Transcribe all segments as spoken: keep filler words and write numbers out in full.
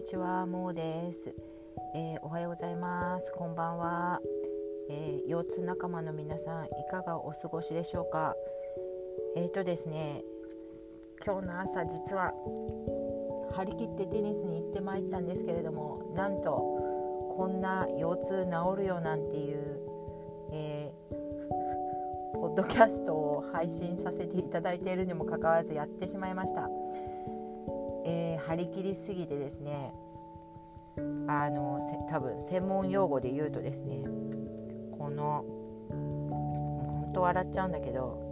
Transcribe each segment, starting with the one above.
ちは、もーです、えー、おはようございます。こんばんは、えー、腰痛仲間の皆さん、いかがお過ごしでしょうか。えーとですね今日の朝、実は張り切ってテニスに行ってまいったんですけれども、なんとこんな腰痛治るよなんていう、えー、ポッドキャストを配信させていただいているにもかかわらずやってしまいました。えー、張り切りすぎてですね、あの多分専門用語で言うとですね、この本当笑っちゃうんだけど、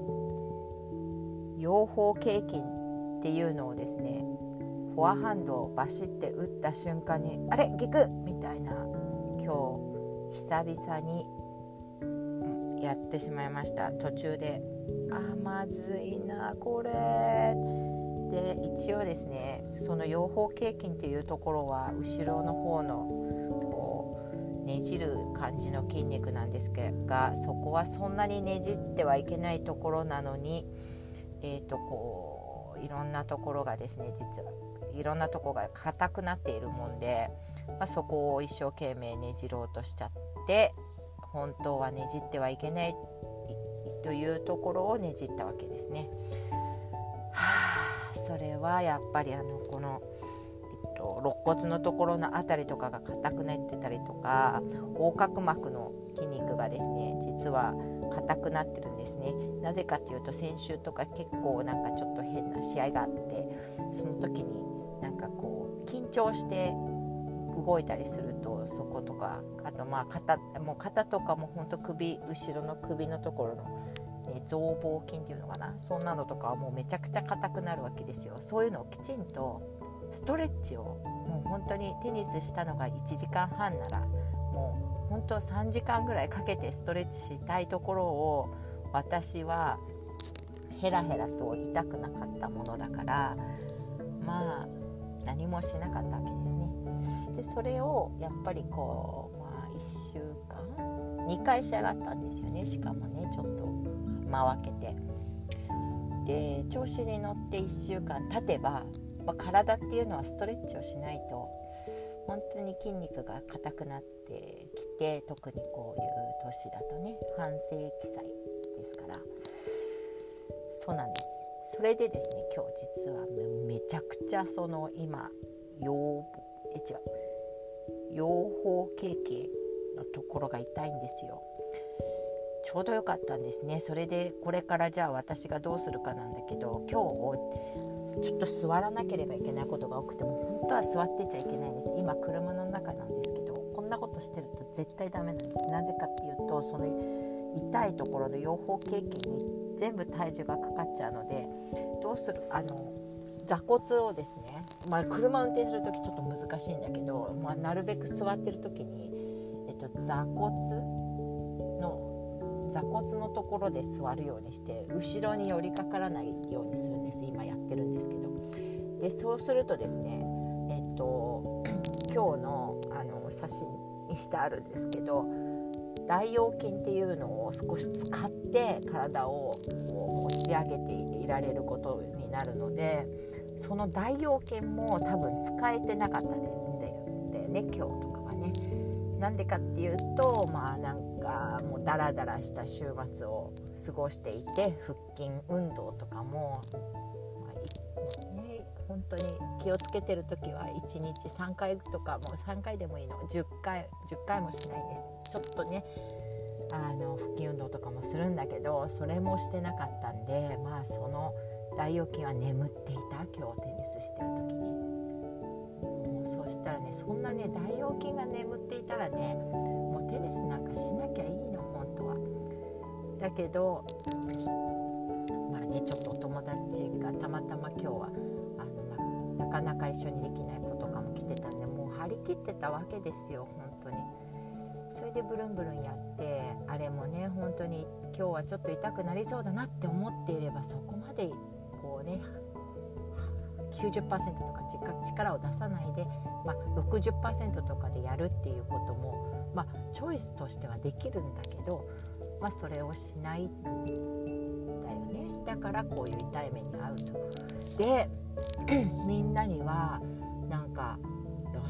腰方経筋っていうのをですね、フォアハンドをバシッて打った瞬間に、あれギクみたいな、今日久々に、うん、やってしまいました。途中であまずいなこれで、一応ですね、その腰方経筋っていうところは後ろの方のこうねじる感じの筋肉なんですが、そこはそんなにねじってはいけないところなのに、えーとこういろんなところがですね、実はいろんなところが硬くなっているもんで、まあ、そこを一生懸命ねじろうとしちゃって、本当はねじってはいけないというところをねじったわけですね。はあ、それはやっぱりあのこの、えっと、肋骨のところのあたりとかが硬くなってたりとか、横隔膜の筋肉がですね、実は硬くなってるんですね。なぜかというと、先週とか結構なんかちょっと変な試合があって、その時になんかこう緊張して動いたりすると、そことか、あとまあ 肩, もう肩とかも本当首、後ろの首のところの増膀筋っていうのかな、そんなのとかはもうめちゃくちゃ硬くなるわけですよ。そういうのをきちんとストレッチを、もう本当にテニスしたのがいちじかんはんなら、もう本当さんじかんぐらいかけてストレッチしたいところを、私はヘラヘラと痛くなかったものだから、まあ何もしなかったわけですね。でそれをやっぱりこう、まあ、いっしゅうかんにかい仕上がったんですよね。しかもね、ちょっと間分けて、で調子に乗っていっしゅうかん経てば、まあ、体っていうのはストレッチをしないと本当に筋肉が硬くなってきて、特にこういう年だとね、半世紀歳ですから。そうなんです。それでですね、今日実はめちゃくちゃその今腰え違う腰方経筋のところが痛いんですよ。ちょうどよかったんですね。それでこれからじゃあ私がどうするかなんだけど、今日ちょっと座らなければいけないことが多くても、本当は座ってちゃいけないんです。今車の中なんですけど、こんなことしてると絶対ダメなんです。なぜかっていうと、その痛いところの腰方経筋に全部体重がかかっちゃうので、どうする、あの座骨をですね、まあ、車運転するときちょっと難しいんだけど、まあ、なるべく座ってるときに、えっと、座骨の座骨のところで座るようにして、後ろに寄りかからないようにするんです。今やってるんですけど、でそうするとですね、えっと今日の、あの写真にしてあるんですけど、大腰筋っていうのを少し使って体をこう持ち上げていられることになるので、その大腰筋も多分使えてなかったんだよね、今日とかはね。なんでかっていうと、まあなんかもうダラダラした週末を過ごしていて、腹筋運動とかも、まあね、本当に気をつけてる時はいちにちさんかいとか、もうさんかいでもいいの、じゅっかいじゅっかいもしないんです。ちょっとね、あの腹筋運動とかもするんだけど、それもしてなかったんで、まあその大腰筋は眠っていた。今日テニスしてる時に、もうそうしたらね、そんなね大腰筋が眠っていたらね、もうテニスなんかしなきゃいいの本当は。だけどまあね、ちょっとお友達がたまたま今日はあの な, なかなか一緒にできない子とかも来てたんで、もう張り切ってたわけですよ本当に。それでブルンブルンやって、あれもね、本当に今日はちょっと痛くなりそうだなって思っていれば、そこまでこうね きゅうじゅっパーセント とか力を出さないで、まあ、ろくじゅっパーセント とかでやるっていうことも、まあ、チョイスとしてはできるんだけど、まあ、それをしないんだよね。だからこういう痛い目に遭うと。でみんなにはなんか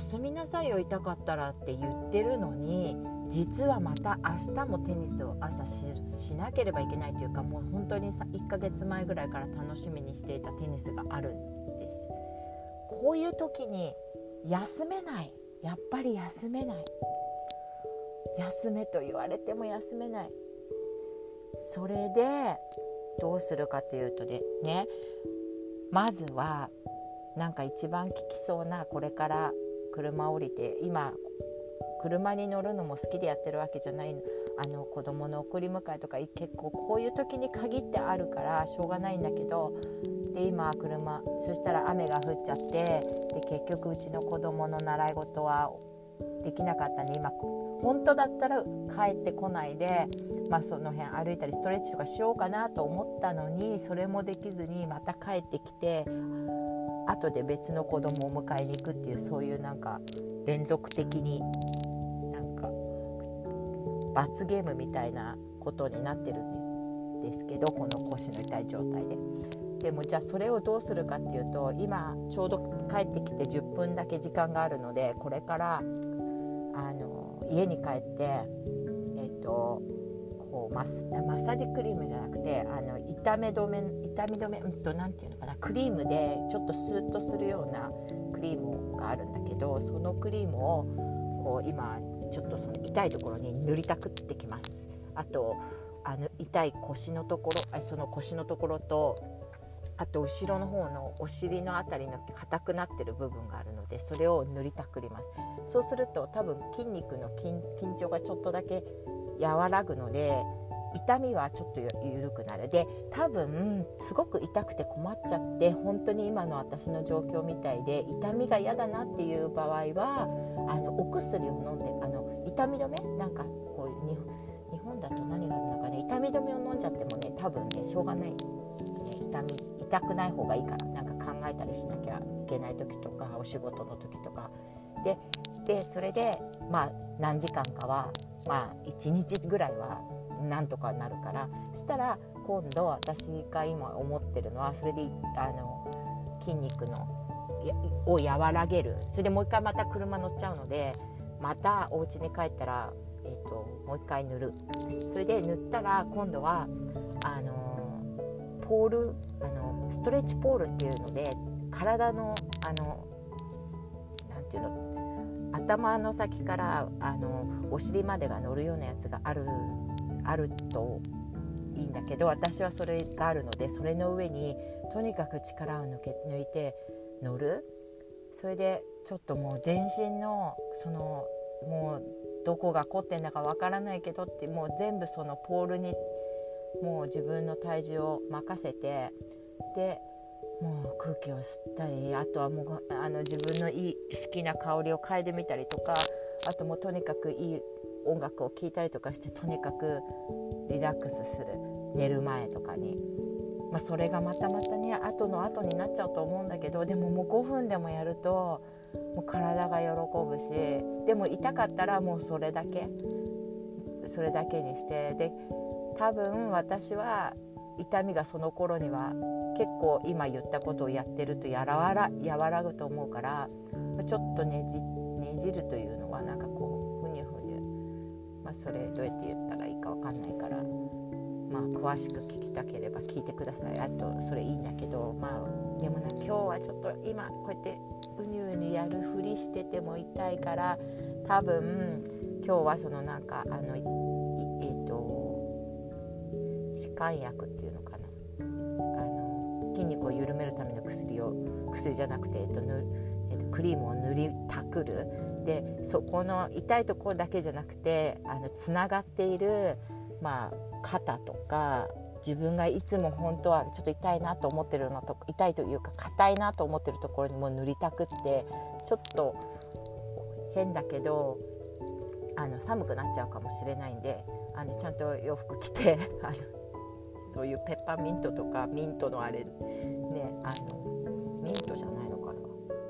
休みなさいよ痛かったらって言ってるのに、実はまた明日もテニスを朝 し, しなければいけないというか、もう本当にさいっかげつまえぐらいから楽しみにしていたテニスがあるんです。こういう時に休めない、やっぱり休めない、休めと言われても休めない。それでどうするかというとでね、まずはなんか一番効きそうな、これから車降りて、今車に乗るのも好きでやってるわけじゃない、あの子供の送り迎えとか結構こういう時に限ってあるからしょうがないんだけど、で今車、そしたら雨が降っちゃって、で結局うちの子供の習い事はできなかったんで、今本当だったら帰ってこないで、まあ、その辺歩いたりストレッチとかしようかなと思ったのに、それもできずにまた帰ってきて、後で別の子供を迎えに行くっていう、そういうなんか連続的になんか罰ゲームみたいなことになってるんですけど、この腰の痛い状態で。でもじゃあそれをどうするかっていうと、今ちょうど帰ってきてじゅっぷんだけ時間があるので、これからあの家に帰ってえっとこうマス、マッサージクリームじゃなくて、あの痛め止め痛み止めうんとなんていうのかな、クリームでちょっとスーッとするようなクリームがあるんだけど、そのクリームをこう今ちょっとその痛いところに塗りたくってきます。あとあの痛い腰のところ、あその腰のところと、あと後ろの方のお尻のあたりの硬くなってる部分があるので、それを塗りたくります。そうすると多分筋肉の 緊, 緊張がちょっとだけ和らぐので、痛みはちょっと緩くなる。で多分すごく痛くて困っちゃって、本当に今の私の状況みたいで痛みが嫌だなっていう場合は、あのお薬を飲んで、あの痛み止めなんかこういう日本だと何があるのかね、痛み止めを飲んじゃってもね、多分ねしょうがない、ね、痛み痛くない方がいいから、なんか考えたりしなきゃいけない時とか、お仕事の時とかで、でそれでまあ何時間かは、まあいちにちぐらいはなんとかなるから、そしたら今度私が今思ってるのは、それであの筋肉のを和らげる。それでもう一回また車乗っちゃうので、またお家に帰ったら、えーと、もう一回塗る。それで塗ったら今度はあのポール、あのストレッチポールっていうので、体のあのなんていうの、頭の先からあのお尻までが乗るようなやつがあるあるといいんだけど、私はそれがあるので、それの上にとにかく力を抜け抜いて乗る。それでちょっともう全身のそのもうどこが凝ってんだかわからないけどって、もう全部そのポールにもう自分の体重を任せて、でもう空気を吸ったり、あとはもうあの自分のいい好きな香りを嗅いでみたりとか、あともうとにかくいい音楽を聴いたりとかして、とにかくリラックスする、寝る前とかに、まあ、それがまたまたね後の後になっちゃうと思うんだけど、でももうごふんでもやるともう体が喜ぶし、でも痛かったらもうそれだけそれだけにして、で多分私は痛みがその頃には結構今言ったことをやってるとやわら和らぐと思うから、ちょっとねじねじるというのはなんかこうふにゅふにゅ、まあ、それどうやって言ったらいいか分かんないから、まあ詳しく聞きたければ聞いてください。あとそれいいんだけど、まあでもな今日はちょっと今こうやってうにゅうにゅやるふりしてても痛いから、多分今日はそのなんかあのえっ、ー、と止汗薬っていうのかな、あの筋肉を緩めるための薬を薬じゃなくて、えっとぬえっと、クリームを塗りたくる。でそこの痛いところだけじゃなくて、あのつながっている、まあ、肩とか自分がいつも本当はちょっと痛いなと思ってるのと、痛いというか硬いなと思ってるところにも塗りたくって、ちょっと変だけどあの寒くなっちゃうかもしれないんで、あのちゃんと洋服着てあのそういうペッパーミントとかミントのあれね、あのミントじゃないのかな、えっ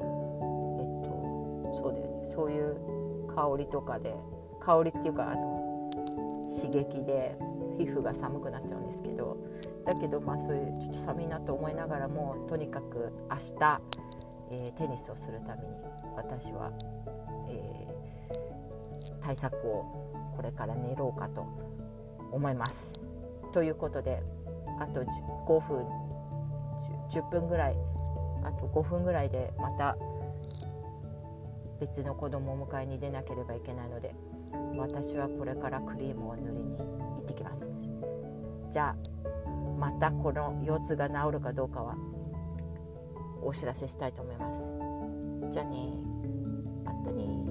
とそうだよね、そういう香りとかで、香りっていうかあの刺激で皮膚が寒くなっちゃうんですけど、だけどまあそういうちょっと寒いなと思いながらも、とにかく明日、えー、テニスをするために私はえー、対策をこれから練ろうかと思います。ということで、あとごふんじゅっぷんぐらい、あとごふんぐらいでまた別の子供を迎えに出なければいけないので、私はこれからクリームを塗りに行ってきます。じゃあまたこの腰痛が治るかどうかはお知らせしたいと思います。じゃあね、またね。